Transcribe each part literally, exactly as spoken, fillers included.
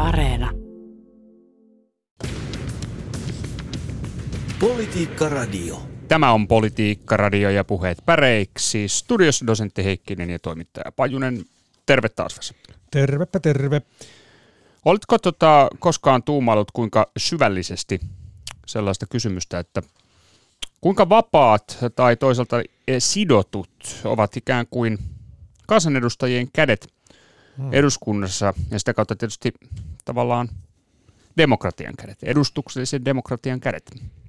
Areena. Politiikka Radio. Tämä on Politiikka Radio ja puheet päreiksi. Studiossa dosentti Heikkinen ja toimittaja Pajunen. Terve taas, Vesa. Tervepä terve. Oletko tota koskaan tuumaillut kuinka syvällisesti sellaista kysymystä, että kuinka vapaat tai toisaalta sidotut ovat ikään kuin kansanedustajien kädet hmm. eduskunnassa ja sitä kautta tietysti tavallaan demokratian kädet, edustuksellisen demokratian kädet?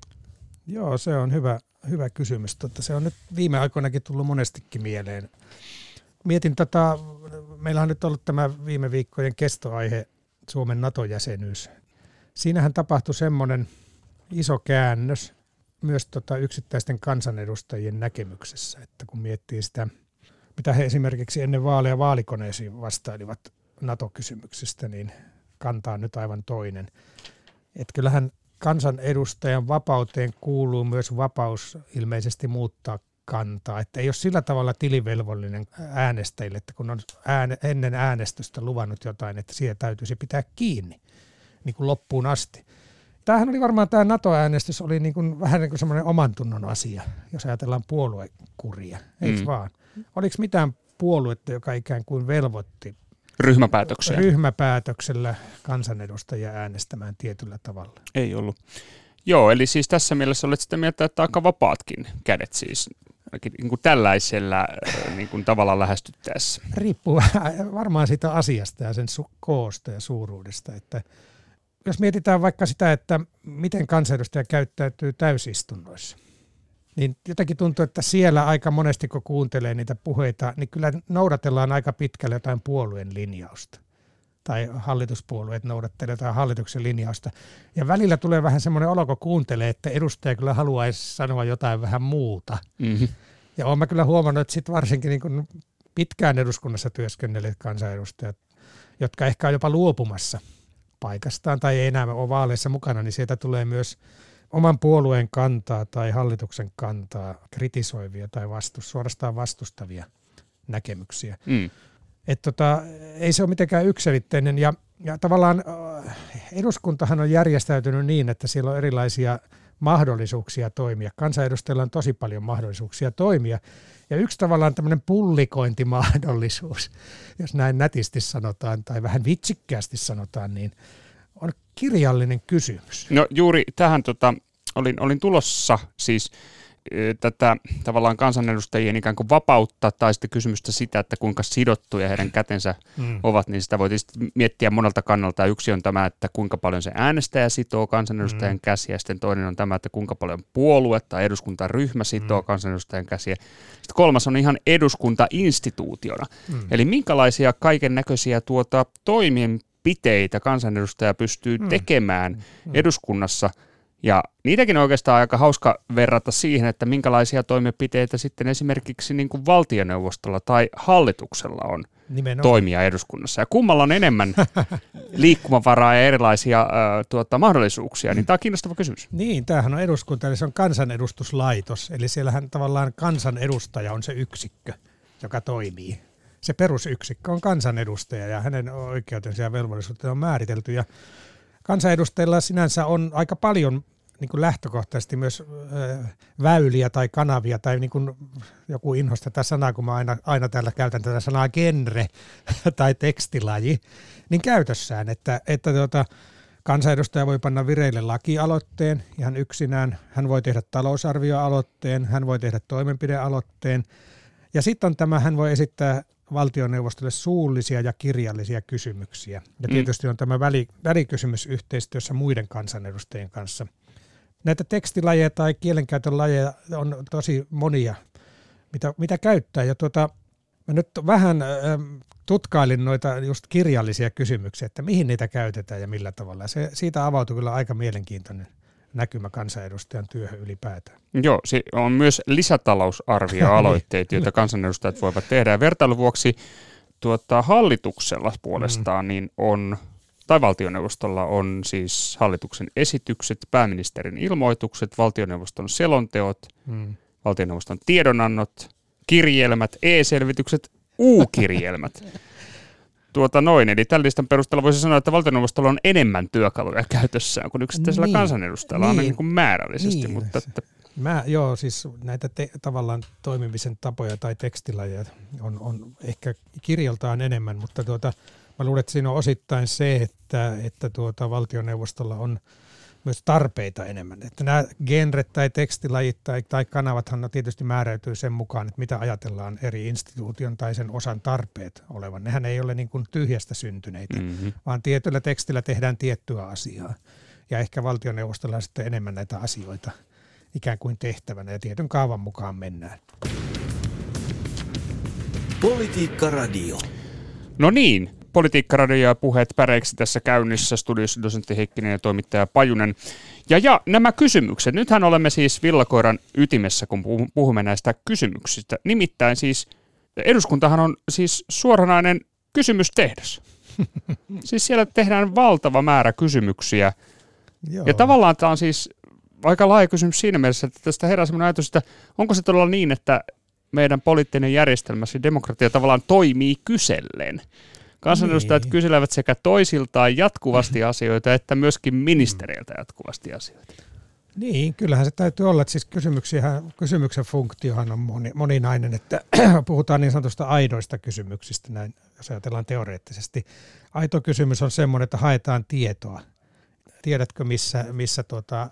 Joo, se on hyvä, hyvä kysymys. Totta, se on nyt viime aikoinakin tullut monestikin mieleen. Mietin, tota, meillä on nyt ollut tämä viime viikkojen kestoaihe Suomen NATO-jäsenyys. Siinähän tapahtui semmoinen iso käännös myös tota yksittäisten kansanedustajien näkemyksessä, että kun miettii sitä, mitä he esimerkiksi ennen vaaleja vaalikoneisiin vastailivat NATO-kysymyksistä, niin kantaa nyt aivan toinen. Että kyllähän kansanedustajan vapauteen kuuluu myös vapaus ilmeisesti muuttaa kantaa, että ei ole sillä tavalla tilivelvollinen äänestäjille, että kun on ääne, ennen äänestystä luvannut jotain, että siihen täytyisi pitää kiinni niin kuin loppuun asti. Tämähän oli varmaan tämä NATO-äänestys oli niin kuin, vähän niin kuin semmoinen oman tunnon asia, jos ajatellaan puoluekuria, eikö mm. vaan? Oliko mitään puoluetta, joka ikään kuin velvoitti ryhmäpäätöksellä. ryhmäpäätöksellä kansanedustajia äänestämään tietyllä tavalla? Ei ollut. Joo, eli siis tässä mielessä olet sitä mieltä, että aika vapaatkin kädet siis niin kuin tällaisella niin kuin tavalla lähestyttäessä. Riippuu varmaan siitä asiasta ja sen su- koosta ja suuruudesta. Että jos mietitään vaikka sitä, että miten kansanedustaja käyttäytyy täysistunnoissa, niin jotenkin tuntuu, että siellä aika monesti kun kuuntelee niitä puheita, niin kyllä noudatellaan aika pitkälle jotain puolueen linjausta. Tai hallituspuolueet noudattelevat jotain hallituksen linjausta. Ja välillä tulee vähän semmoinen olo, kun kuuntelee, että edustaja kyllä haluaisi sanoa jotain vähän muuta. Mm-hmm. Ja olen mä kyllä huomannut, että sit varsinkin niin kun pitkään eduskunnassa työskennelleet kansanedustajat, jotka ehkä on jopa luopumassa paikastaan tai ei enää ole vaaleissa mukana, niin sieltä tulee myös oman puolueen kantaa tai hallituksen kantaa kritisoivia tai vastus, suorastaan vastustavia näkemyksiä. Mm. Että tota, ei se ole mitenkään yksiselitteinen ja, ja tavallaan eduskuntahan on järjestäytynyt niin, että siellä on erilaisia mahdollisuuksia toimia. Kansanedustajilla on tosi paljon mahdollisuuksia toimia ja yksi tavallaan tämmöinen pullikointimahdollisuus, jos näin nätisti sanotaan tai vähän vitsikkäästi sanotaan, niin on kirjallinen kysymys. No juuri tähän tota, olin, olin tulossa siis tätä tavallaan kansanedustajien ikään kuin vapautta tai sitten kysymystä sitä, että kuinka sidottuja heidän kätensä mm. ovat, niin sitä voitaisiin miettiä monelta kannalta. Yksi on tämä, että kuinka paljon se äänestäjä sitoo kansanedustajan mm. käsiä, sitten toinen on tämä, että kuinka paljon puolue tai eduskuntaryhmä sitoo mm. kansanedustajan käsiä. Sitten kolmas on ihan eduskuntainstituutiona. Mm. Eli minkälaisia kaiken näköisiä tuota toimenpiteitä kansanedustaja pystyy mm. tekemään mm. eduskunnassa. Ja niitäkin on oikeastaan aika hauska verrata siihen, että minkälaisia toimenpiteitä sitten esimerkiksi niin kuin valtioneuvostolla tai hallituksella on Nimenomaan. toimia eduskunnassa. Ja kummalla on enemmän liikkumavaraa ja erilaisia äh, tuota, mahdollisuuksia, niin tämä on kiinnostava kysymys. Niin, tämähän on eduskunta, eli se on kansanedustuslaitos, eli siellähän tavallaan kansanedustaja on se yksikkö, joka toimii. Se perusyksikkö on kansanedustaja ja hänen oikeutensa ja velvollisuutensa on määritelty ja kansanedustajilla sinänsä on aika paljon niin kuin lähtökohtaisesti myös ö, väyliä tai kanavia tai niin kuin joku inhosta tätä sanaa, kun mä aina, aina täällä käytän tätä sanaa genre tai tekstilaji, niin käytössään, että, että tuota, kansanedustaja voi panna vireille lakialoitteen ihan yksinään, hän voi tehdä talousarvioaloitteen, hän voi tehdä toimenpidealoitteen ja sitten on tämä, hän voi esittää valtioneuvostolle suullisia ja kirjallisia kysymyksiä. Ja tietysti on tämä väli, välikysymys yhteistyössä muiden kansanedustajien kanssa. Näitä tekstilajeja tai kielenkäytön lajeja on tosi monia, mitä, mitä käyttää. Ja tuota, mä nyt vähän äh, tutkailin noita just kirjallisia kysymyksiä, että mihin niitä käytetään ja millä tavalla. Se, siitä avautui kyllä aika mielenkiintoinen näkymä kansanedustajan työhön ylipäätään. Joo, se on myös lisätalousarvioaloitteita, joita kansanedustajat voivat tehdä. Ja vertailun vuoksi tuota, hallituksella puolestaan niin on, tai valtioneuvostolla on siis hallituksen esitykset, pääministerin ilmoitukset, valtioneuvoston selonteot, mm. valtioneuvoston tiedonannot, kirjelmät, e-selvitykset, U-kirjelmät. Tuota noin, eli tämän listan perusteella voisi sanoa, että valtioneuvostolla on enemmän työkaluja käytössään kuin yksittäisellä niin, kansanedustajalla, niin, aina niin kuin määrällisesti. Niin, mutta että... Mä, joo, siis näitä te, tavallaan toimimisen tapoja tai tekstilajeja on, on ehkä kirjaltaan enemmän, mutta tuota, mä luulen, että siinä on osittain se, että, että tuota, valtioneuvostolla on myös tarpeita enemmän. Että nämä genret tai tekstilajit tai, tai kanavathan tietysti määräytyy sen mukaan, että mitä ajatellaan eri instituution tai sen osan tarpeet olevan. Nehän ei ole niin kuin tyhjästä syntyneitä, mm-hmm. vaan tietyllä tekstillä tehdään tiettyä asiaa. Ja ehkä valtioneuvostolla on sitten enemmän näitä asioita ikään kuin tehtävänä ja tietyn kaavan mukaan mennään. Politiikka Radio. No niin, Politiikka Radio ja puheet päreiksi tässä käynnissä. Studiossa dosentti Heikkinen ja toimittaja Pajunen. Ja, ja nämä kysymykset. Nythän olemme siis villakoiran ytimessä, kun puhumme näistä kysymyksistä. Nimittäin siis eduskuntahan on siis suoranainen kysymystehdas. Siis siellä tehdään valtava määrä kysymyksiä. Joo. Ja tavallaan tämä on siis aika laaja kysymys siinä mielessä, että tästä herää sellainen ajatus, että onko se todella niin, että meidän poliittinen järjestelmä, se demokratia tavallaan toimii kysellen. Kansanedustajat niin kyselevät sekä toisiltaan jatkuvasti asioita, että myöskin ministereiltä jatkuvasti asioita. Niin, kyllähän se täytyy olla, että siis kysymyksen funktiohan on moni, moninainen, että puhutaan niin sanotusta aidoista kysymyksistä, näin, jos ajatellaan teoreettisesti. Aito kysymys on semmoinen, että haetaan tietoa. Tiedätkö, missä, missä tuota,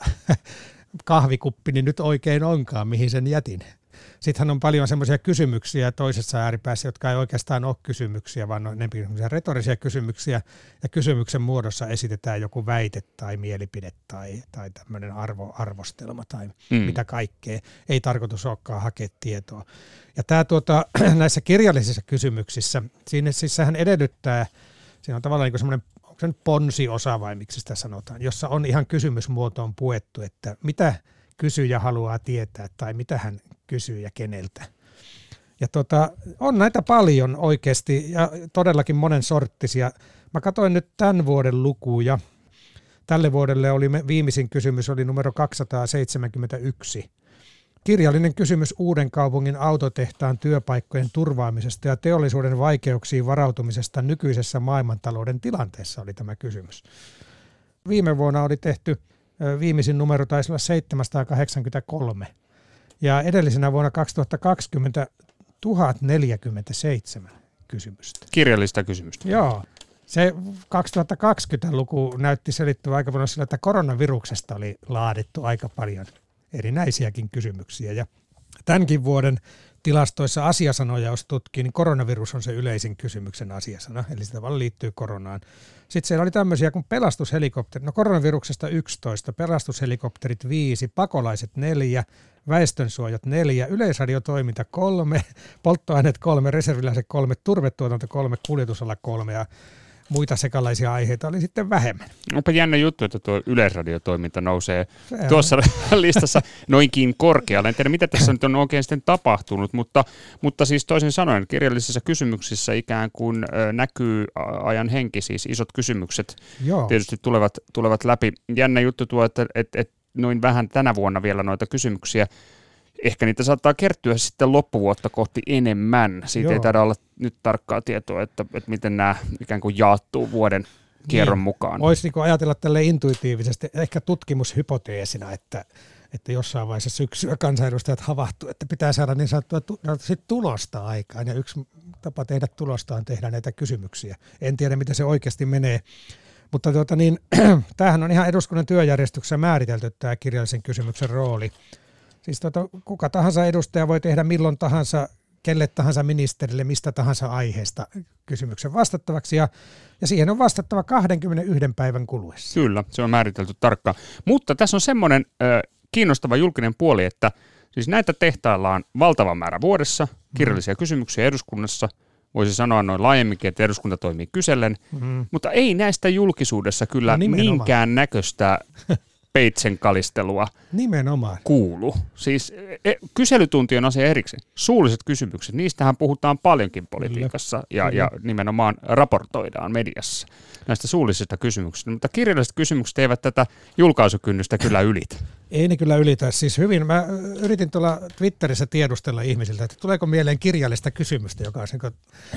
kahvikuppini nyt oikein onkaan, mihin sen jätin? Sittenhän on paljon semmoisia kysymyksiä toisessa ääripäässä, jotka ei oikeastaan ole kysymyksiä, vaan on enemmän retorisia kysymyksiä, ja kysymyksen muodossa esitetään joku väite tai mielipide tai, tai tämmöinen arvo, arvostelma tai mm. mitä kaikkea. Ei tarkoitus olekaan hakea tietoa. Ja tämä tuota, näissä kirjallisissa kysymyksissä, siinä siis sehän edellyttää, siinä on tavallaan niin semmoinen sen ponsiosa vai miksi sitä sanotaan, jossa on ihan kysymysmuotoon puettu, että mitä kysyjä haluaa tietää tai mitä hän kysyy ja keneltä. Ja tota, on näitä paljon oikeasti ja todellakin monen sorttisia. Mä katsoin nyt tämän vuoden lukuja. Tälle vuodelle oli viimeisin kysymys oli numero kaksisataaseitsemänkymmentäyksi. Kirjallinen kysymys Uudenkaupungin autotehtaan työpaikkojen turvaamisesta ja teollisuuden vaikeuksiin varautumisesta nykyisessä maailmantalouden tilanteessa oli tämä kysymys. Viime vuonna oli tehty, viimeisin numero taisi olla seitsemänsataakahdeksankymmentäkolme ja edellisenä vuonna kaksituhattakaksikymmentä tuhat neljäkymmentäseitsemän kysymystä. Kirjallista kysymystä. Joo. Se kaksituhattakaksikymmentä-luku näytti selittyä aika paljon sillä, että koronaviruksesta oli laadittu aika paljon erinäisiäkin kysymyksiä. Ja tämänkin vuoden tilastoissa asiasanoja, jos tutkii, niin koronavirus on se yleisin kysymyksen asiasana, eli se tavallaan liittyy koronaan. Sitten siellä oli tämmöisiä kuin pelastushelikopterit, no koronaviruksesta yksitoista, pelastushelikopterit viisi, pakolaiset neljä, väestönsuojat neljä, yleisradiotoiminta kolme, polttoaineet kolme, reserviläiset kolme, turvetuotanto kolme, kuljetusala kolme ja muita sekalaisia aiheita oli sitten vähemmän. Onpa jännä juttu, että tuo yleisradiotoiminta nousee se tuossa on listassa noinkin korkealle. En tiedä, mitä tässä nyt on oikein sitten tapahtunut, mutta, mutta siis toisin sanoen kirjallisissa kysymyksissä ikään kuin näkyy ajan henki, siis isot kysymykset Joo. tietysti tulevat, tulevat läpi. Jännä juttu tuo, että et, et noin vähän tänä vuonna vielä noita kysymyksiä. Ehkä niitä saattaa kertyä sitten loppuvuotta kohti enemmän. Siitä Joo. ei taida olla nyt tarkkaa tietoa, että, että miten nämä ikään kuin jaattuu vuoden kierron niin mukaan. Voisi niin ajatella tälle intuitiivisesti, ehkä tutkimushypoteesina, että, että jossain vaiheessa syksyä kansanedustajat havahtuu, että pitää saada niin sanottua tulosta aikaan. Ja yksi tapa tehdä tulosta on tehdä näitä kysymyksiä. En tiedä, miten se oikeasti menee. Mutta tuota niin, tämähän on ihan eduskunnan työjärjestyksessä määritelty tämä kirjallisen kysymyksen rooli. Siis tuota, kuka tahansa edustaja voi tehdä milloin tahansa, kelle tahansa ministerille, mistä tahansa aiheesta kysymyksen vastattavaksi, ja, ja siihen on vastattava kaksikymmentäyksi päivän kuluessa. Kyllä, se on määritelty tarkkaan. Mutta tässä on semmoinen äh, kiinnostava julkinen puoli, että siis näitä tehtaillaan valtava määrä vuodessa, kirjallisia mm. kysymyksiä eduskunnassa, voisi sanoa noin laajemminkin, että eduskunta toimii kysellen, mm. mutta ei näistä julkisuudessa kyllä no minkään näköistä peitsen kalistelua Nimenomaan. kuulu. Siis e, kyselytunti on asia erikseen. Suulliset kysymykset, niistähän puhutaan paljonkin politiikassa ja, ja nimenomaan raportoidaan mediassa näistä suullisista kysymyksistä, mutta kirjalliset kysymykset eivät tätä julkaisukynnystä kyllä ylitä. Ei ne kyllä ylitä. Siis hyvin, mä yritin tuolla Twitterissä tiedustella ihmisiltä, että tuleeko mieleen kirjallista kysymystä, joka on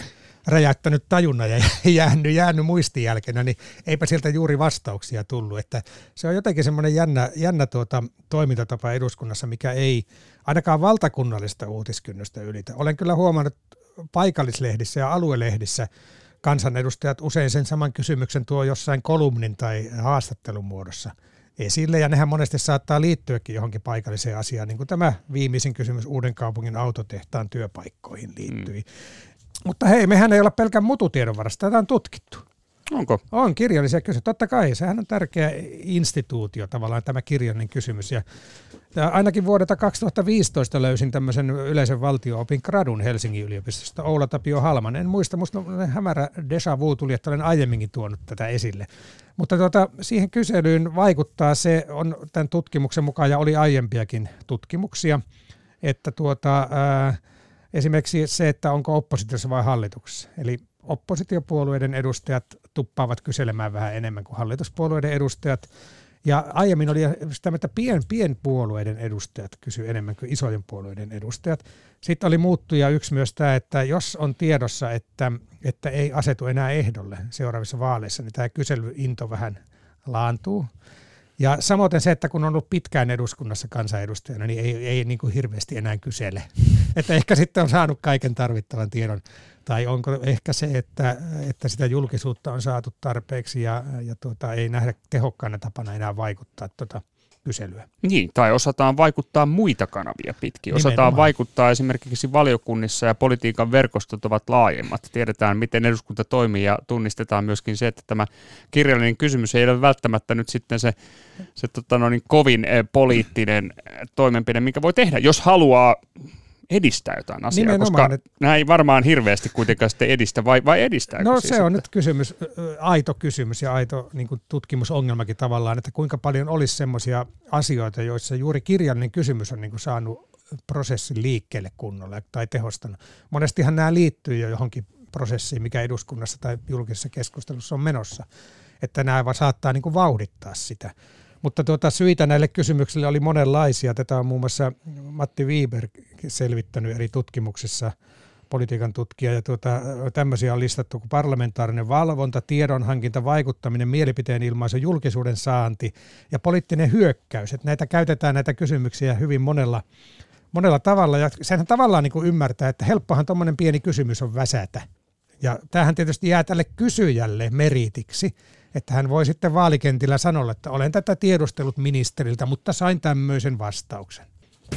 räjäyttänyt tajunnan ja jäänyt, jäänyt muistijälkenä, niin eipä sieltä juuri vastauksia tullut. Että se on jotenkin semmoinen jännä, jännä tuota, toimintatapa eduskunnassa, mikä ei ainakaan valtakunnallista uutiskynnystä ylitä. Olen kyllä huomannut paikallislehdissä ja aluelehdissä kansanedustajat usein sen saman kysymyksen tuo jossain kolumnin tai haastattelun muodossa esille, ja nehän monesti saattaa liittyäkin johonkin paikalliseen asiaan, niin kuin tämä viimeisin kysymys Uudenkaupungin autotehtaan työpaikkoihin liittyi. Mm. Mutta hei, mehän ei olla pelkän mututiedon varassa, tätä on tutkittu. Onko? On kirjallisia kysymyksiä. Totta kai, sehän on tärkeä instituutio tavallaan tämä kirjallinen kysymys. Ja, ja ainakin vuodelta kaksituhattaviisitoista löysin tämmöisen yleisen valtio-opin gradun Helsingin yliopistosta, Oula Tapio Halman. En muista, musta hämärä déjà vu tuli, että olen aiemminkin tuonut tätä esille. Mutta tuota, siihen kyselyyn vaikuttaa se, on tämän tutkimuksen mukaan, ja oli aiempiakin tutkimuksia, että tuota, ää, esimerkiksi se, että onko oppositiossa vai hallituksessa. Eli oppositiopuolueiden edustajat tuppaavat kyselemään vähän enemmän kuin hallituspuolueiden edustajat. Ja aiemmin oli sitä, että pien, pienpuolueiden edustajat kysyivät enemmän kuin isojen puolueiden edustajat. Sitten oli muuttuja yksi myös tämä, että jos on tiedossa, että, että ei asetu enää ehdolle seuraavissa vaaleissa, niin tämä kyselyinto vähän laantuu. Ja samoin se, että kun on ollut pitkään eduskunnassa kansanedustajana, niin ei, ei niin kuin hirveästi enää kysele. Että ehkä sitten on saanut kaiken tarvittavan tiedon. Tai onko ehkä se, että, että sitä julkisuutta on saatu tarpeeksi ja, ja tuota, ei nähdä tehokkaana tapana enää vaikuttaa tuota kyselyä. Niin, tai osataan vaikuttaa muita kanavia pitkin. Osataan Nimenomaan. vaikuttaa esimerkiksi valiokunnissa ja politiikan verkostot ovat laajemmat. Tiedetään, miten eduskunta toimii ja tunnistetaan myöskin se, että tämä kirjallinen kysymys ei ole välttämättä nyt sitten se, se tota no niin, kovin eh, poliittinen toimenpide, mikä voi tehdä, jos haluaa edistää jotain asiaa, Nimenomaan, koska nämä ei varmaan hirveästi kuitenkaan sitten edistä, vai, vai edistääkö? No siis se on sitten? nyt kysymys, aito kysymys ja aito niin kuin tutkimusongelmakin tavallaan, että kuinka paljon olisi semmoisia asioita, joissa juuri kirjallinen kysymys on niin kuin saanut prosessin liikkeelle kunnolla tai tehostanut. Monestihan nämä liittyy jo johonkin prosessiin, mikä eduskunnassa tai julkisessa keskustelussa on menossa, että nämä saattaa niin kuin vauhdittaa sitä. Mutta tuota, syitä näille kysymyksille oli monenlaisia. Tätä on muun muassa Matti Wiberg selvittänyt eri tutkimuksissa, politiikan tutkija. Ja tuota, tämmöisiä on listattu kuin parlamentaarinen valvonta, tiedonhankinta, vaikuttaminen, mielipiteen ilmaisu, julkisuuden saanti ja poliittinen hyökkäys. Että näitä käytetään näitä kysymyksiä hyvin monella, monella tavalla. Ja senhän tavallaan niin kuin ymmärtää, että helppohan tuommoinen pieni kysymys on väsätä. Ja tämähän tietysti jää tälle kysyjälle meritiksi, että hän voi sitten vaalikentillä sanoa, että olen tätä tiedustellut ministeriltä, mutta sain tämmöisen vastauksen.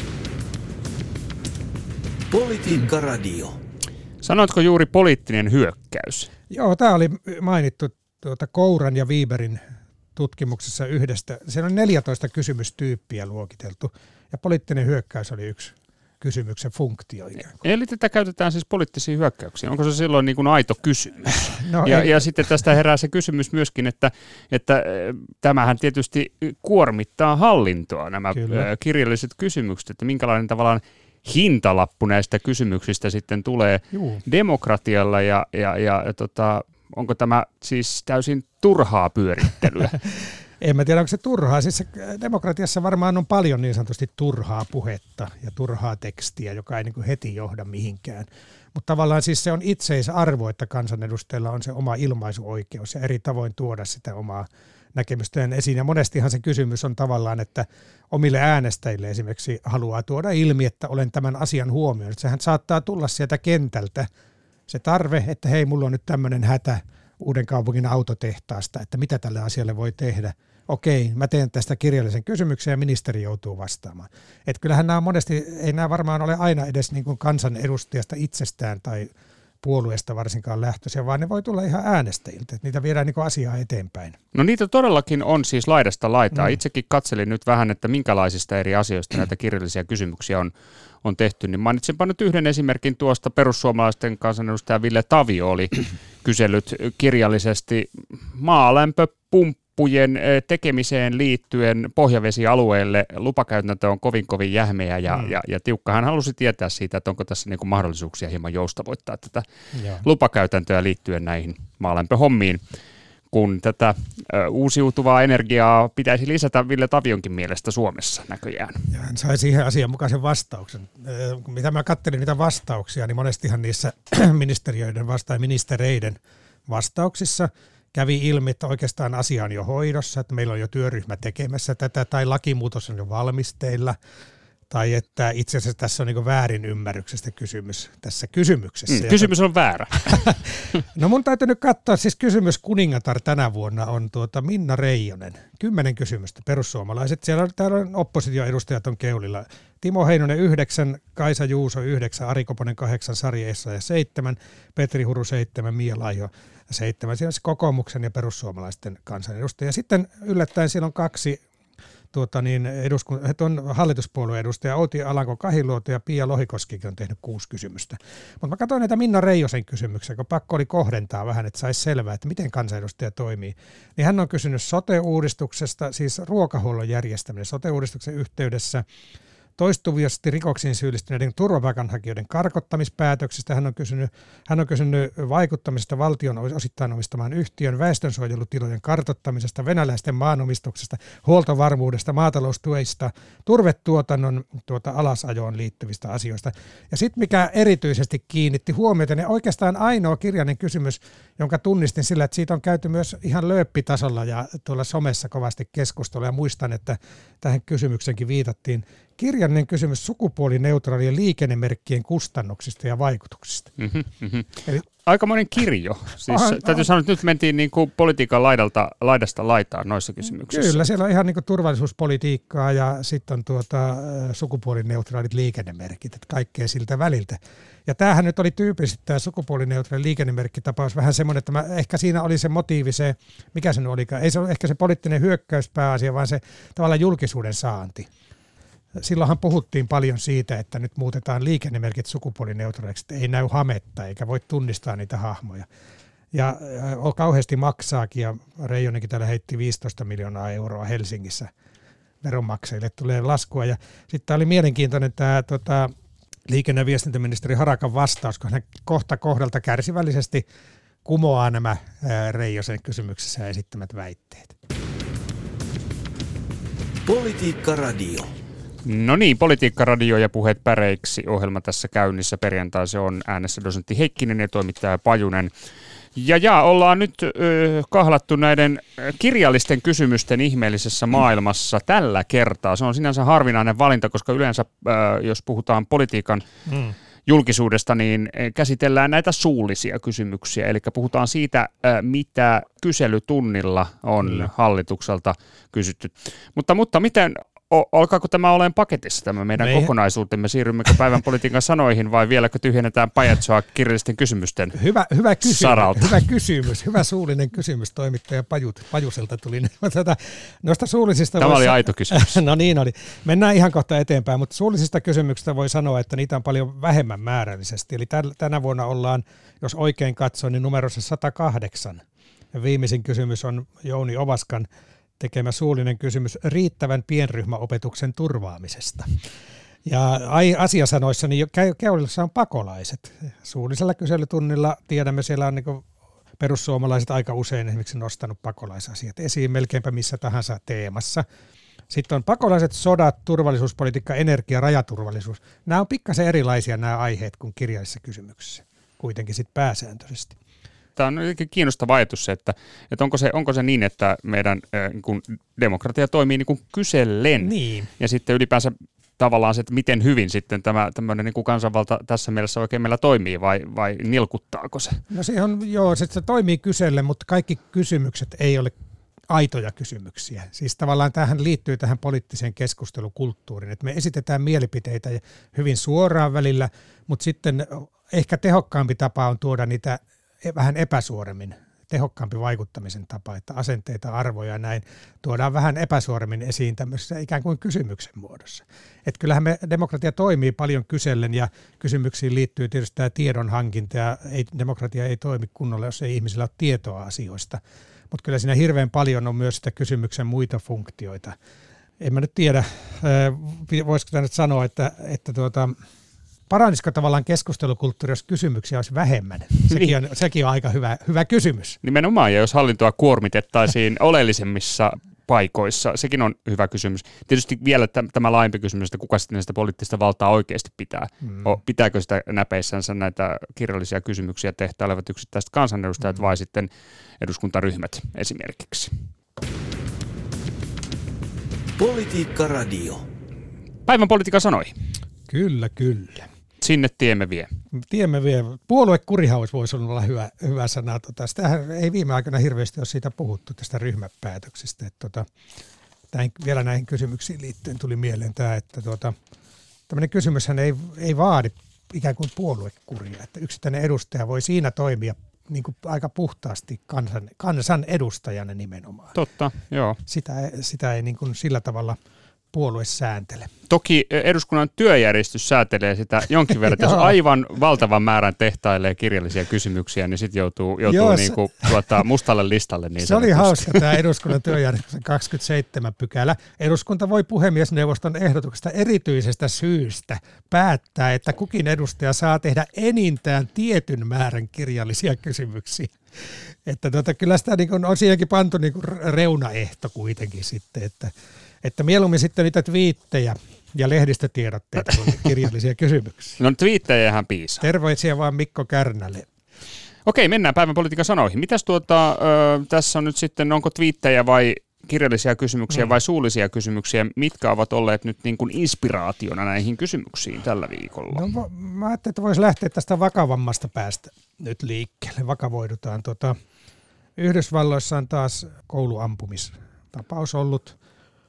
Politiikka Radio. Sanoitko juuri poliittinen hyökkäys? Joo, tämä oli mainittu tuota Kouran ja Wiberin tutkimuksessa yhdestä. Siellä on neljätoista kysymystyyppiä luokiteltu ja poliittinen hyökkäys oli yksi kysymyksen funktio. Eli tätä käytetään siis poliittisiin hyökkäyksiin. Onko se silloin niin kuin aito kysymys? No ja, ja sitten tästä herää se kysymys myöskin, että, että tämähän tietysti kuormittaa hallintoa, nämä Kyllä. kirjalliset kysymykset, että minkälainen tavallaan hintalappu näistä kysymyksistä sitten tulee Juu. demokratialla ja, ja, ja, ja tota, onko tämä siis täysin turhaa pyörittelyä? En mä tiedä, onko se turhaa. Siis demokratiassa varmaan on paljon niin sanotusti turhaa puhetta ja turhaa tekstiä, joka ei niin kuin heti johda mihinkään. Mutta tavallaan siis se on itseisarvo, että kansanedustajilla on se oma ilmaisuoikeus ja eri tavoin tuoda sitä omaa näkemystään esiin. Ja monestihan se kysymys on tavallaan, että omille äänestäjille esimerkiksi haluaa tuoda ilmi, että olen tämän asian huomioinut. Sehän saattaa tulla sieltä kentältä se tarve, että hei, mulla on nyt tämmöinen hätä Uudenkaupungin autotehtaasta, että mitä tälle asialle voi tehdä. Okei, mä teen tästä kirjallisen kysymyksen ja ministeri joutuu vastaamaan. Että kyllähän nämä monesti, ei nämä varmaan ole aina edes niin kuin kansanedustajasta itsestään tai puolueesta varsinkaan lähtöisiä, vaan ne voi tulla ihan äänestäjiltä, että niitä viedään niin kuin asiaa eteenpäin. No niitä todellakin on siis laidasta laitaa. Mm. Itsekin katselin nyt vähän, että minkälaisista eri asioista näitä kirjallisia kysymyksiä on, on tehty. Niin mainitsinpa nyt yhden esimerkin tuosta. Perussuomalaisten kansanedustaja Ville Tavio oli kysellyt kirjallisesti maalämpöpumppujen tekemiseen liittyen pohjavesialueelle. Lupakäytäntö on kovin kovin jähmeä ja, mm. ja, ja tiukka. Hän halusi tietää siitä, että onko tässä niin kuin mahdollisuuksia hieman joustavoittaa tätä Joo. lupakäytäntöä liittyen näihin maalämpöhommiin. kun tätä ö, uusiutuvaa energiaa pitäisi lisätä Ville Tavionkin mielestä Suomessa näköjään. Ja hän sai siihen asianmukaisen vastauksen. Mitä mä katselin niitä vastauksia, niin monestihan niissä ministeriöiden vasta- ministereiden vastauksissa kävi ilmi, että oikeastaan asia on jo hoidossa, että meillä on jo työryhmä tekemässä tätä tai lakimuutos on jo valmisteilla. Tai että itse asiassa tässä on niin väärin ymmärryksestä kysymys tässä kysymyksessä. Mm, kysymys on väärä. No mun täytyy nyt katsoa, siis kysymys kuningatar tänä vuonna on tuota Minna Reijonen. Kymmenen kysymystä, perussuomalaiset. Siellä on, täällä on oppositioedustajat on keulilla. Timo Heinonen yhdeksän, Kaisa Juuso yhdeksän, Ari Koponen kahdeksan, Sari Essayah seitsemän, Petri Huru seitsemän, Mia Laiho seitsemän. Siinä on se kokoomuksen ja perussuomalaisten kansanedustajia. Sitten yllättäen siellä on kaksi Tuota niin, eduskun, on hallituspuolueen edustaja Outi Alanko-Kahiluoto ja Pia Lohikoskikin on tehnyt kuusi kysymystä. Mutta mä katsoin näitä Minna Reijosen kysymyksiä, kun pakko oli kohdentaa vähän, että saisi selvää, että miten kansanedustaja toimii. Niin hän on kysynyt sote-uudistuksesta, siis ruokahuollon järjestäminen sote-uudistuksen yhteydessä, toistuvasti rikoksiin syyllistyneiden turvapaikanhakijoiden karkottamispäätöksistä. Hän on kysynyt, hän on kysynyt vaikuttamisesta valtion osittain omistamaan yhtiön, väestönsuojelutilojen kartoittamisesta, venäläisten maanomistuksesta, huoltovarmuudesta, maataloustueista, turvetuotannon tuota, alasajoon liittyvistä asioista. Ja sitten mikä erityisesti kiinnitti huomiota, niin oikeastaan ainoa kirjainen kysymys, jonka tunnistin sillä, että siitä on käyty myös ihan lööppitasolla ja tuolla somessa kovasti keskustelua. Ja muistan, että tähän kysymyksenkin viitattiin. Kirjallinen kysymys sukupuolineutraalien liikennemerkkien kustannuksista ja vaikutuksista. Mm-hmm, mm-hmm. Eli, aikamoinen kirjo. Siis aha, täytyy aha. sanoa, että nyt mentiin niin kuin politiikan laidalta, laidasta laitaan noissa kysymyksissä. Kyllä, siellä on ihan niin kuin turvallisuuspolitiikkaa ja sitten on tuota, sukupuolineutraalit liikennemerkit, että kaikkea siltä väliltä. Ja tämähän nyt oli tyypillisesti tämä sukupuolineutraali liikennemerkkitapaus vähän semmoinen, että mä, ehkä siinä oli se motiivi se, mikä se nyt olikaan, ei se ole ehkä se poliittinen hyökkäys pääasia, vaan se tavallaan julkisuuden saanti. Silloinhan puhuttiin paljon siitä, että nyt muutetaan liikennemerkit sukupuolineutraaliksi, että ei näy hametta eikä voi tunnistaa niitä hahmoja. Ja kauheasti maksaakin, ja Reijonenkin täällä heitti viisitoista miljoonaa euroa Helsingissä veronmaksajille tulee laskua. Ja sitten tämä oli mielenkiintoinen tämä tota, liikenne- ja viestintäministeri Harakan vastaus, kun hän kohta kohdalta kärsivällisesti kumoaa nämä ää, Reijosen kysymyksessä esittämät väitteet. Politiikka Radio. No niin, Politiikka-radio ja puheet päreiksi ohjelma tässä käynnissä. Perjantai se on äänessä dosentti Heikkinen ja toimittaja Pajunen. Ja, ja ollaan nyt ö, kahlattu näiden kirjallisten kysymysten ihmeellisessä maailmassa tällä kertaa. Se on sinänsä harvinainen valinta, koska yleensä ö, jos puhutaan politiikan mm. julkisuudesta, niin käsitellään näitä suullisia kysymyksiä. Eli puhutaan siitä, mitä kyselytunnilla on mm. hallitukselta kysytty. Mutta, mutta miten... O, alkaako tämä olemaan paketissa tämä meidän Me... kokonaisuutemme? Siirrymmekö päivän politiikan sanoihin vai vieläkö tyhjennetään pajatsoa kirjallisten kysymysten hyvä, hyvä kysymys, saralta? Hyvä kysymys, hyvä suullinen kysymys toimittaja Pajut, Pajuselta tuli. Noista suullisista tämä voi... oli aito kysymys. No niin oli. Mennään ihan kohta eteenpäin, mutta suullisista kysymyksistä voi sanoa, että niitä on paljon vähemmän määrällisesti. Eli tänä vuonna ollaan, jos oikein katsoo, niin numerossa sata kahdeksan. Ja viimeisin kysymys on Jouni Ovaskan tekemä suullinen kysymys riittävän pienryhmäopetuksen turvaamisesta. Ja asiasanoissa niin keulissa on pakolaiset. Suullisella kyselytunnilla tiedämme, siellä on niin perussuomalaiset aika usein esimerkiksi nostanut pakolaisasiat esiin melkeinpä missä tahansa teemassa. Sitten on pakolaiset, sodat, turvallisuuspolitiikka, energia, rajaturvallisuus. Nämä on pikkasen erilaisia nämä aiheet kuin kirjallisissa kysymyksissä, kuitenkin sitten pääsääntöisesti. Tämä on kiinnostava ajatus se, että, että onko, se, onko se niin, että meidän äh, niin kuin demokratia toimii niin kuin kysellen niin. Ja sitten ylipäänsä tavallaan se, että miten hyvin sitten tämä tämmöinen niin kuin kansanvalta tässä mielessä oikein meillä toimii vai, vai nilkuttaako se? No se on, joo, se, se toimii kysellen, mutta kaikki kysymykset ei ole aitoja kysymyksiä. Siis tavallaan tähän liittyy tähän poliittiseen keskustelukulttuuriin, että me esitetään mielipiteitä hyvin suoraan välillä, mutta sitten ehkä tehokkaampi tapa on tuoda niitä vähän epäsuoremmin, tehokkaampi vaikuttamisen tapa, että asenteita, arvoja ja näin tuodaan vähän epäsuoremmin esiin tämmöisessä ikään kuin kysymyksen muodossa. Että kyllähän me, demokratia toimii paljon kysellen ja kysymyksiin liittyy tietysti tämä tiedonhankinta ja ei, demokratia ei toimi kunnolla, jos ei ihmisillä ole tietoa asioista. Mutta kyllä siinä hirveän paljon on myös sitä kysymyksen muita funktioita. En mä nyt tiedä, voisiko tämä nyt sanoa, että, että tuota, paranisiko tavallaan keskustelukulttuuri, jos kysymyksiä olisi vähemmän? Sekin on, sekin on aika hyvä, hyvä kysymys. Nimenomaan, ja jos hallintoa kuormitettaisiin oleellisemmissa paikoissa, sekin on hyvä kysymys. Tietysti vielä tämä laajempi kysymys, että kuka sitten sitä poliittista valtaa oikeasti pitää. Mm. O, pitääkö sitä näpeissänsä näitä kirjallisia kysymyksiä tehtailevat yksittäiset kansanedustajat mm. vai sitten eduskuntaryhmät esimerkiksi? Politiikka Radio. Päivän politiikka sanoi. Kyllä, kyllä. Sinne tiemme vie. Tiemme vie. Puoluekurihaus voisi olla hyvä, hyvä sana. Tota, sitähän ei viime aikoina hirveästi ole siitä puhuttu, tästä ryhmäpäätöksistä. Että, tota, näin, vielä näihin kysymyksiin liittyen tuli mieleen tämä, että tota, tämmöinen kysymyshän ei, ei vaadi ikään kuin puoluekuria. Että yksittäinen edustaja voi siinä toimia niin kuin aika puhtaasti kansan, kansan edustajana nimenomaan. Totta, joo. Sitä, sitä ei niin kuin sillä tavalla puolue sääntele. Toki eduskunnan työjärjestys säätelee sitä jonkin verran, jos aivan valtavan määrän tehtailee kirjallisia kysymyksiä, niin sitten joutuu, joutuu Joo, niinku, tuota, mustalle listalle. Niin se oli hauska tämä eduskunnan työjärjestyksen kaksikymmentäseitsemän pykälä. Eduskunta voi puhemiesneuvoston ehdotuksesta erityisestä syystä päättää, että kukin edustaja saa tehdä enintään tietyn määrän kirjallisia kysymyksiä. Että tuota, kyllä sitä niin on siinäkin pantu niin reunaehto kuitenkin sitten, että Että mieluummin sitten niitä twiittejä ja lehdistötiedotteita kuin kirjallisia kysymyksiä. No twiittejähän piisaa. Terveisiä vaan Mikko Kärnälle. Okei, mennään päivän politiikan sanoihin. Mitäs tuota, ö, tässä on nyt sitten, onko twiittejä vai kirjallisia kysymyksiä mm. vai suullisia kysymyksiä? Mitkä ovat olleet nyt niin kuin inspiraationa näihin kysymyksiin tällä viikolla? No mä ajattelin, että voisi lähteä tästä vakavammasta päästä nyt liikkeelle. Vakavoidutaan. Tuota, Yhdysvalloissa on taas kouluampumistapaus ollut.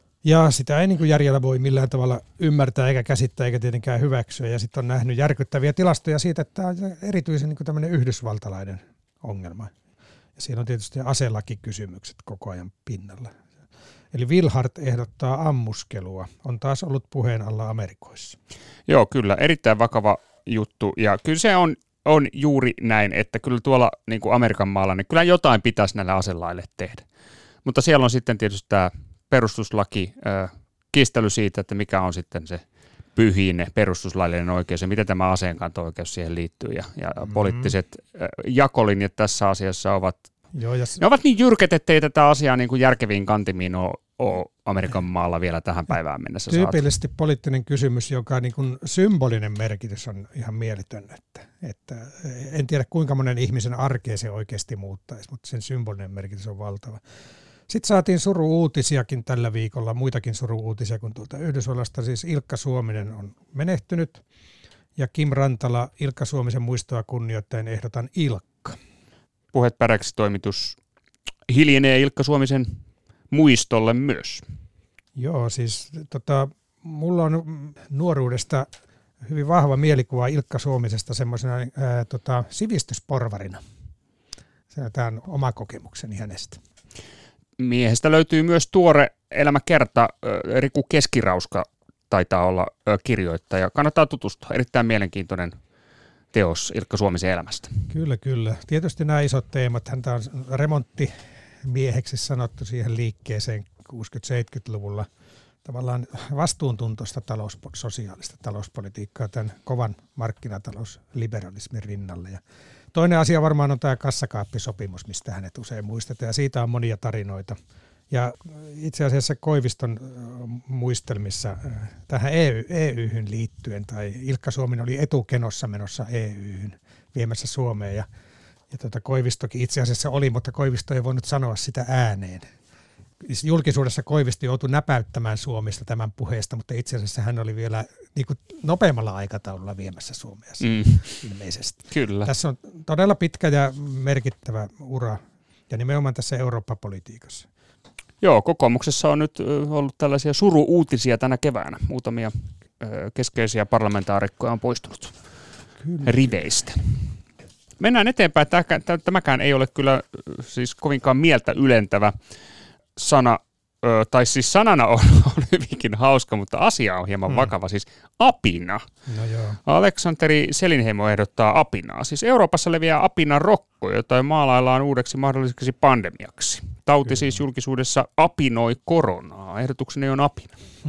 Ja sitä ei niin kuin järjellä voi millään tavalla ymmärtää eikä käsittää eikä tietenkään hyväksyä. Ja sitten on nähnyt järkyttäviä tilastoja siitä, että tämä on erityisen niin kuin tämmöinen yhdysvaltalainen ongelma. Ja siinä on tietysti aselakikysymykset koko ajan pinnalla. Eli Wilhart ehdottaa ammuskelua. On taas ollut puheen alla Amerikoissa. Joo, kyllä. Erittäin vakava juttu. Ja kyllä se on, on juuri näin, että kyllä tuolla niin kuin Amerikan maalla, niin kyllä jotain pitäisi näille aselaille tehdä. Mutta siellä on sitten tietysti tämä perustuslaki, äh, kiistely siitä, että mikä on sitten se pyhin perustuslaillinen oikeus ja miten tämä aseenkanto-oikeus siihen liittyy. Ja, ja mm-hmm. poliittiset äh, jakolinjat tässä asiassa ovat, Joo, ne ovat niin jyrkät, ettei tätä asiaa niin kuin järkeviin kantimiin ole, ole Amerikan maalla vielä tähän päivään mennessä saatu. Tyypillisesti poliittinen kysymys, joka niin kuin symbolinen merkitys on ihan mieletön. Että, että en tiedä kuinka monen ihmisen arkea se oikeasti muuttaisi, mutta sen symbolinen merkitys on valtava. Sitten saatiin suru-uutisiakin tällä viikolla, muitakin suru-uutisia kuin tuolta Yhdysvallasta. Siis Ilkka Suominen on menehtynyt ja Kim Rantala Ilkka Suomisen muistoa kunnioittaen ehdotan Ilkka. Puheet päräksi -toimitus hiljenee Ilkka Suomisen muistolle myös. Joo, siis tota, mulla on nuoruudesta hyvin vahva mielikuva Ilkka Suomisesta semmoisena ää, tota, sivistysporvarina. Tämä on oma kokemukseni hänestä. Miehestä löytyy myös tuore elämäkerta. Riku Keskirauska taitaa olla kirjoittaja. Kannattaa tutustua. Erittäin mielenkiintoinen teos Ilkka Suomisen elämästä. Kyllä, kyllä. Tietysti nämä isot teemat. Häntä on remonttimieheksi sanottu siihen liikkeeseen kuusikymmentä-seitsemänkymmentäluvulla. Tavallaan vastuuntuntoista talous, sosiaalista talouspolitiikkaa tämän kovan markkinatalousliberalismin rinnalle. Ja toinen asia varmaan on tämä kassakaappisopimus, mistä hänet usein muistetaan, ja siitä on monia tarinoita. Ja itse asiassa Koiviston muistelmissa tähän E Y:hyn liittyen, tai Ilkka Suominen oli etukenossa menossa E Y:hyn viemässä Suomeen, ja, ja tuota Koivistokin itse asiassa oli, mutta Koivisto ei voinut sanoa sitä ääneen. Julkisuudessa Koivisto joutui näpäyttämään Suomesta tämän puheesta, mutta itse asiassa hän oli vielä niin kuin nopeammalla aikataululla viemässä Suomea mm. ilmeisesti. Kyllä. Tässä on todella pitkä ja merkittävä ura, ja nimenomaan tässä Eurooppa-politiikassa. Joo, kokoomuksessa on nyt ollut tällaisia suru-uutisia tänä keväänä. Muutamia keskeisiä parlamentaarikkoja on poistunut kyllä. riveistä. Mennään eteenpäin. Tämäkään ei ole kyllä siis kovinkaan mieltä ylentävä sana, tai siis sanana on, on hyvinkin hauska, mutta asia on hieman mm. vakava, siis apina. No joo. Aleksanteri Selinheimo ehdottaa apinaa. Siis Euroopassa leviää apinan rokko, jota maalaillaan uudeksi mahdolliseksi pandemiaksi. Tauti Kyllä. siis julkisuudessa apinoi koronaa. Ehdotukseni on apina.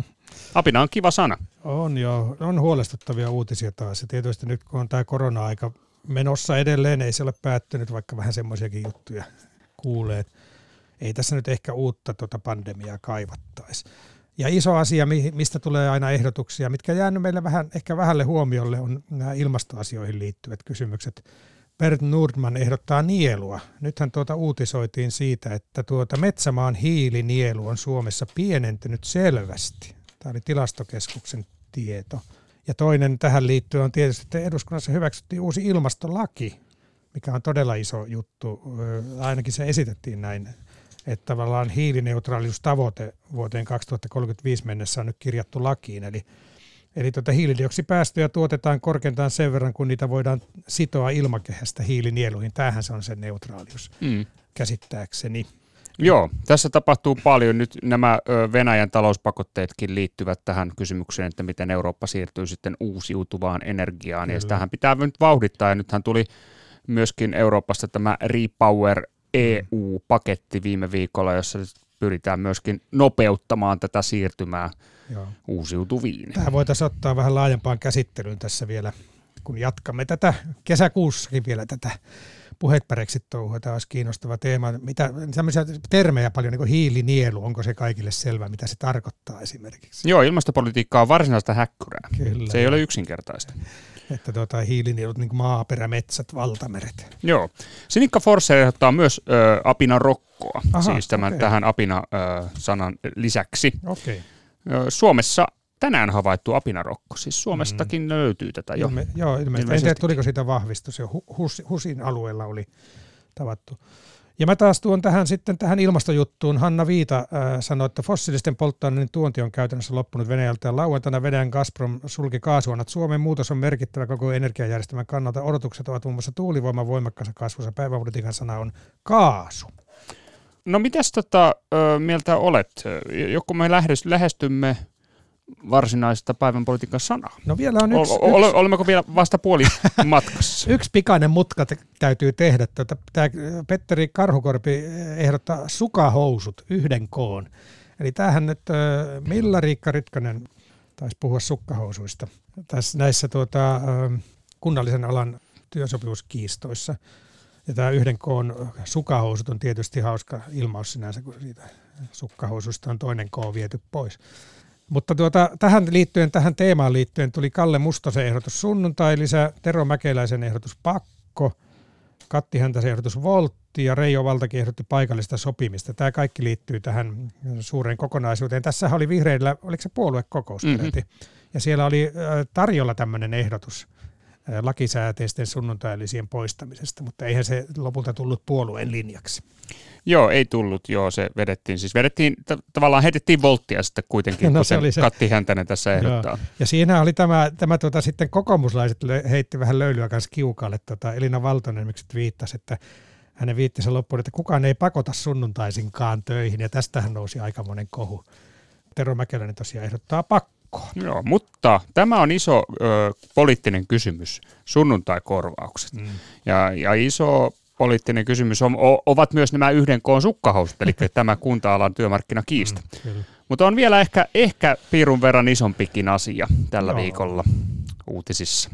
Apina on kiva sana. On joo, on huolestuttavia uutisia taas. Ja tietysti nyt kun on tämä korona-aika menossa edelleen, ei se ole päättynyt, vaikka vähän semmoisiakin juttuja kuulee. Ei tässä nyt ehkä uutta tuota pandemiaa kaivattaisi. Ja iso asia, mistä tulee aina ehdotuksia, mitkä jäänyt meille vähän, ehkä vähälle huomiolle, on nämä ilmastoasioihin liittyvät kysymykset. Bert Nordman ehdottaa nielua. Nythän tuota uutisoitiin siitä, että tuota metsämaan hiilinielu on Suomessa pienentynyt selvästi. Tämä oli Tilastokeskuksen tieto. Ja toinen tähän liittyen on tietysti, että eduskunnassa hyväksyttiin uusi ilmastolaki, mikä on todella iso juttu. Ainakin se esitettiin näin, että tavallaan hiilineutraaliustavoite vuoteen kaksituhattakolmekymmentäviisi mennessä on nyt kirjattu lakiin. Eli, eli tuota hiilidioksidipäästöjä tuotetaan korkeintaan sen verran, kun niitä voidaan sitoa ilmakehästä hiilinieluihin. Tämähän se on se neutraalius mm. käsittääkseni. Joo, tässä tapahtuu paljon. Nyt nämä Venäjän talouspakotteetkin liittyvät tähän kysymykseen, että miten Eurooppa siirtyy sitten uusiutuvaan energiaan. Kyllä. Ja sitähän pitää nyt vauhdittaa. Ja nythän tuli myöskin Euroopasta tämä Repower E U-paketti viime viikolla, jossa pyritään myöskin nopeuttamaan tätä siirtymää Joo. uusiutuviin. Tähän voitaisiin ottaa vähän laajempaan käsittelyyn tässä vielä, kun jatkamme tätä kesäkuussakin vielä tätä Puheet Brexit-touhua. Tämä olisi kiinnostava teema. Mitä tämmöisiä termejä paljon, niin kuin hiilinielu, onko se kaikille selvää, mitä se tarkoittaa esimerkiksi? Joo, ilmastopolitiikka on varsinaista häkkyrää. Kyllä, se ei ole yksinkertaista. Että tuota, hiilinielut, niin kuin maaperä, metsät, valtameret. Joo. Sinikka Forssell ehdottaa myös ö, apina rokkoa, Aha, siis tämän, okay. tähän apina-sanan lisäksi. Okay. Suomessa tänään havaittu apinarokko, siis Suomestakin mm. löytyy tätä jo. Ilme, joo, ilmeisesti. En tiedä, tuliko siitä vahvistus, jo Hus, Husin alueella oli tavattu. Ja mä taas tuon tähän sitten tähän ilmastojuttuun. Hanna Viita äh, sanoi, että fossiilisten polttoaineiden tuonti on käytännössä loppunut Venäjältä. Ja lauantaina Venäjän Gazprom sulki kaasuhanat. Suomen muutos on merkittävä koko energiajärjestelmän kannalta. Odotukset ovat muun muassa tuulivoiman voimakkaassa kasvussa. Päiväpolitiikan sana on kaasu. No mitäs tota, ö, mieltä olet? Joku me lähestymme varsinaista päivän politiikan sanaa. No vielä on yksi, o- yksi. Olemmeko vielä vasta puoli matkassa? Yksi pikainen mutka te- täytyy tehdä. Tämä Petteri Karhukorpi ehdottaa sukahousut yhden koon. Eli tämähän nyt Milla-Riikka Rytkönen taisi puhua sukkahousuista tässä näissä tuota, kunnallisen alan työsopimuskiistoissa. Ja tämä yhden koon sukahousut on tietysti hauska ilmaus sinänsä, kun siitä sukkahousuista on toinen koo viety pois. Mutta tuota, tähän liittyen, tähän teemaan liittyen tuli Kalle Mustosen ehdotus sunnuntai-lisä, Tero Mäkeläisen ehdotus pakko, Katti Häntäsen ehdotus voltti ja Reijo Valtakin ehdotti paikallista sopimista. Tämä kaikki liittyy tähän suureen kokonaisuuteen. Tässähän oli vihreillä, oliko se puoluekokous mm-hmm. ja siellä oli tarjolla tämmöinen ehdotus lakisääteisten sunnuntailisien poistamisesta, mutta eihän se lopulta tullut puolueen linjaksi. Joo, ei tullut. Joo, se vedettiin. Siis vedettiin, t- tavallaan heitettiin volttia sitten kuitenkin, no, kuten Katti Häntänen tässä ehdottaa. Joo. Ja siinä oli tämä, tämä tuota, sitten kokoomuslaiset heitti vähän löylyä kanssa kiukaalle. Tota, Elina Valtonen miksi viittasi, että hänen viittisi loppuun, että kukaan ei pakota sunnuntaisinkaan töihin, ja tästähän nousi aikamoinen kohu. Tero Mäkeläinen tosiaan ehdottaa pakkoa. Joo, mutta tämä on iso ö, poliittinen kysymys, sunnuntaikorvaukset. Mm. Ja, ja iso poliittinen kysymys on, o, ovat myös nämä yhden koon sukkahousut, eli tämä kunta-alan työmarkkinakiista. Mm, mutta on vielä ehkä, ehkä piirun verran isompikin asia tällä Joo. viikolla uutisissa.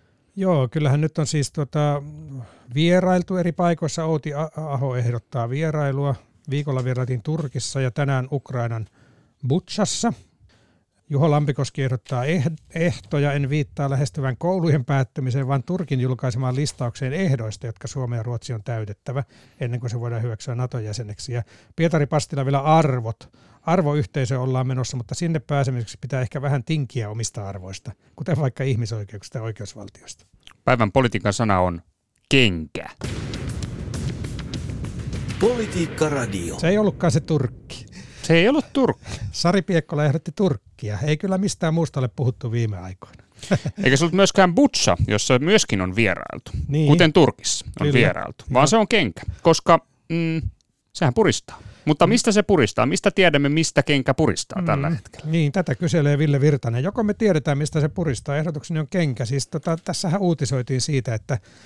Joo, kyllähän nyt on siis tuota, vierailtu eri paikoissa. Outi Aho ehdottaa vierailua. Viikolla vierailtiin Turkissa ja tänään Ukrainan Butšassa. Juho Lampikoski ehdottaa ehtoja, en viittaa lähestyvän koulujen päättymiseen, vaan Turkin julkaisemaan listaukseen ehdoista, jotka Suomi ja Ruotsi on täytettävä ennen kuin se voidaan hyväksyä NATO-jäseneksi. Ja Pietari Pastila vielä arvot. Arvoyhteisö ollaan menossa, mutta sinne pääsemiseksi pitää ehkä vähän tinkiä omista arvoista, kuten vaikka ihmisoikeuksista ja oikeusvaltiosta. Päivän politiikan sana on kenkä. Politiikka Radio. Se ei ollutkaan se Turkki. Se ei ollut Turkki. Sari Piekkola ehdotti Turkkia. Ei kyllä mistään muusta ole puhuttu viime aikoina. Eikä se ollut myöskään Butša, jossa myöskin on vierailtu, niin. kuten Turkissa on Kyllä. vierailtu, vaan Joo. se on kenkä, koska mm, sehän puristaa. Mutta mistä se puristaa? Mistä tiedämme, mistä kenkä puristaa mm. tällä hetkellä? Niin, tätä kyselee Ville Virtanen. Joko me tiedetään, mistä se puristaa? Ehdotukseni on kenkä. Siis tota, tässähän uutisoitiin siitä, että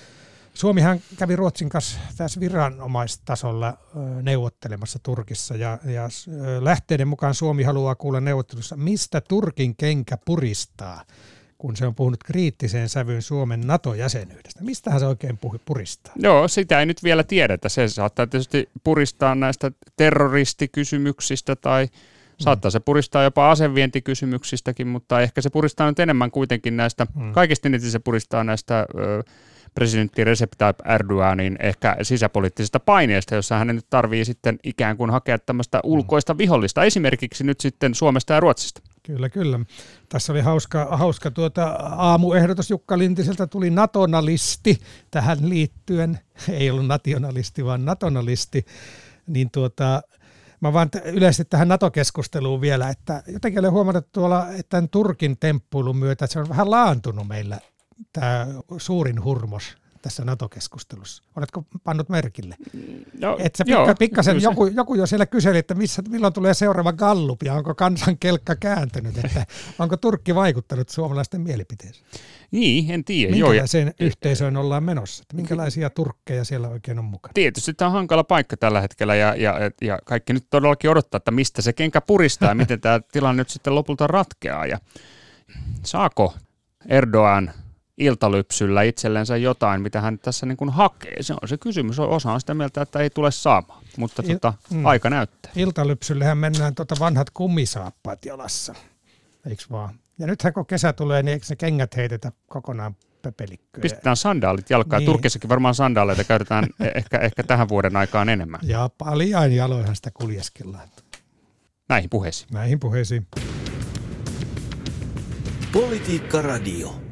Suomihan kävi Ruotsin kanssa tässä viranomaistasolla neuvottelemassa Turkissa ja, ja lähteiden mukaan Suomi haluaa kuulla neuvottelussa, mistä Turkin kenkä puristaa, kun se on puhunut kriittiseen sävyyn Suomen NATO-jäsenyydestä. Mistähän se oikein puristaa? Joo, sitä ei nyt vielä tiedetä. Se saattaa tietysti puristaa näistä terroristikysymyksistä tai saattaa se puristaa jopa asevientikysymyksistäkin, mutta ehkä se puristaa nyt enemmän kuitenkin näistä, hmm. kaikista eniten se puristaa näistä ö, presidentti Recep Tayyip Erdoganin ehkä sisäpoliittisesta paineesta, jossa hän nyt tarvii sitten ikään kuin hakea tämmöistä ulkoista vihollista, esimerkiksi nyt sitten Suomesta ja Ruotsista. Kyllä, kyllä. Tässä oli hauska, hauska tuota aamuehdotus Jukka Lintiseltä, tuli natonalisti tähän liittyen, ei ollut nationalisti, vaan natonalisti, niin tuota... Mä vaan yleisesti tähän NATO-keskusteluun vielä, että jotenkin olen huomannut tuolla, että tämän Turkin temppuilun myötä, että se on vähän laantunut meillä tämä suurin hurmos tässä NATO-keskustelussa. Oletko pannut merkille? No, että se pikka, pikkasen joku, joku jo siellä kyseli, että missä, milloin tulee seuraava gallup ja onko kansan kelkka kääntynyt, että onko Turkki vaikuttanut suomalaisten mielipiteeseen? Niin, en tiedä. Minkälaiseen yhteisöön ollaan menossa? Että minkälaisia turkkeja siellä oikein on mukana? Tietysti tämä on hankala paikka tällä hetkellä ja, ja, ja kaikki nyt todellakin odottaa, että mistä se kenkä puristaa ja miten tämä tilanne nyt sitten lopulta ratkeaa. Ja saako Erdogan iltalypsyllä itsellensä jotain, mitä hän tässä niin kuin hakee? Se on se kysymys. Osa on sitä mieltä, että ei tule saamaan, mutta Il- tuota, mm. aika näyttää. Iltalypsyllähän mennään tuota vanhat kummisaappaat jalassa, eikö vaan? Ja nythän kun kesä tulee, niin eikö ne kengät heitetä kokonaan pöpelikköön? Pistetään sandaalit jalkaan. Niin. Turkissakin varmaan sandaaleita käytetään ehkä, ehkä tähän vuoden aikaan enemmän. Ja paljain jaloinhan sitä kuljeskellaan. Näihin puheisiin. Näihin puheisiin. Politiikka Radio.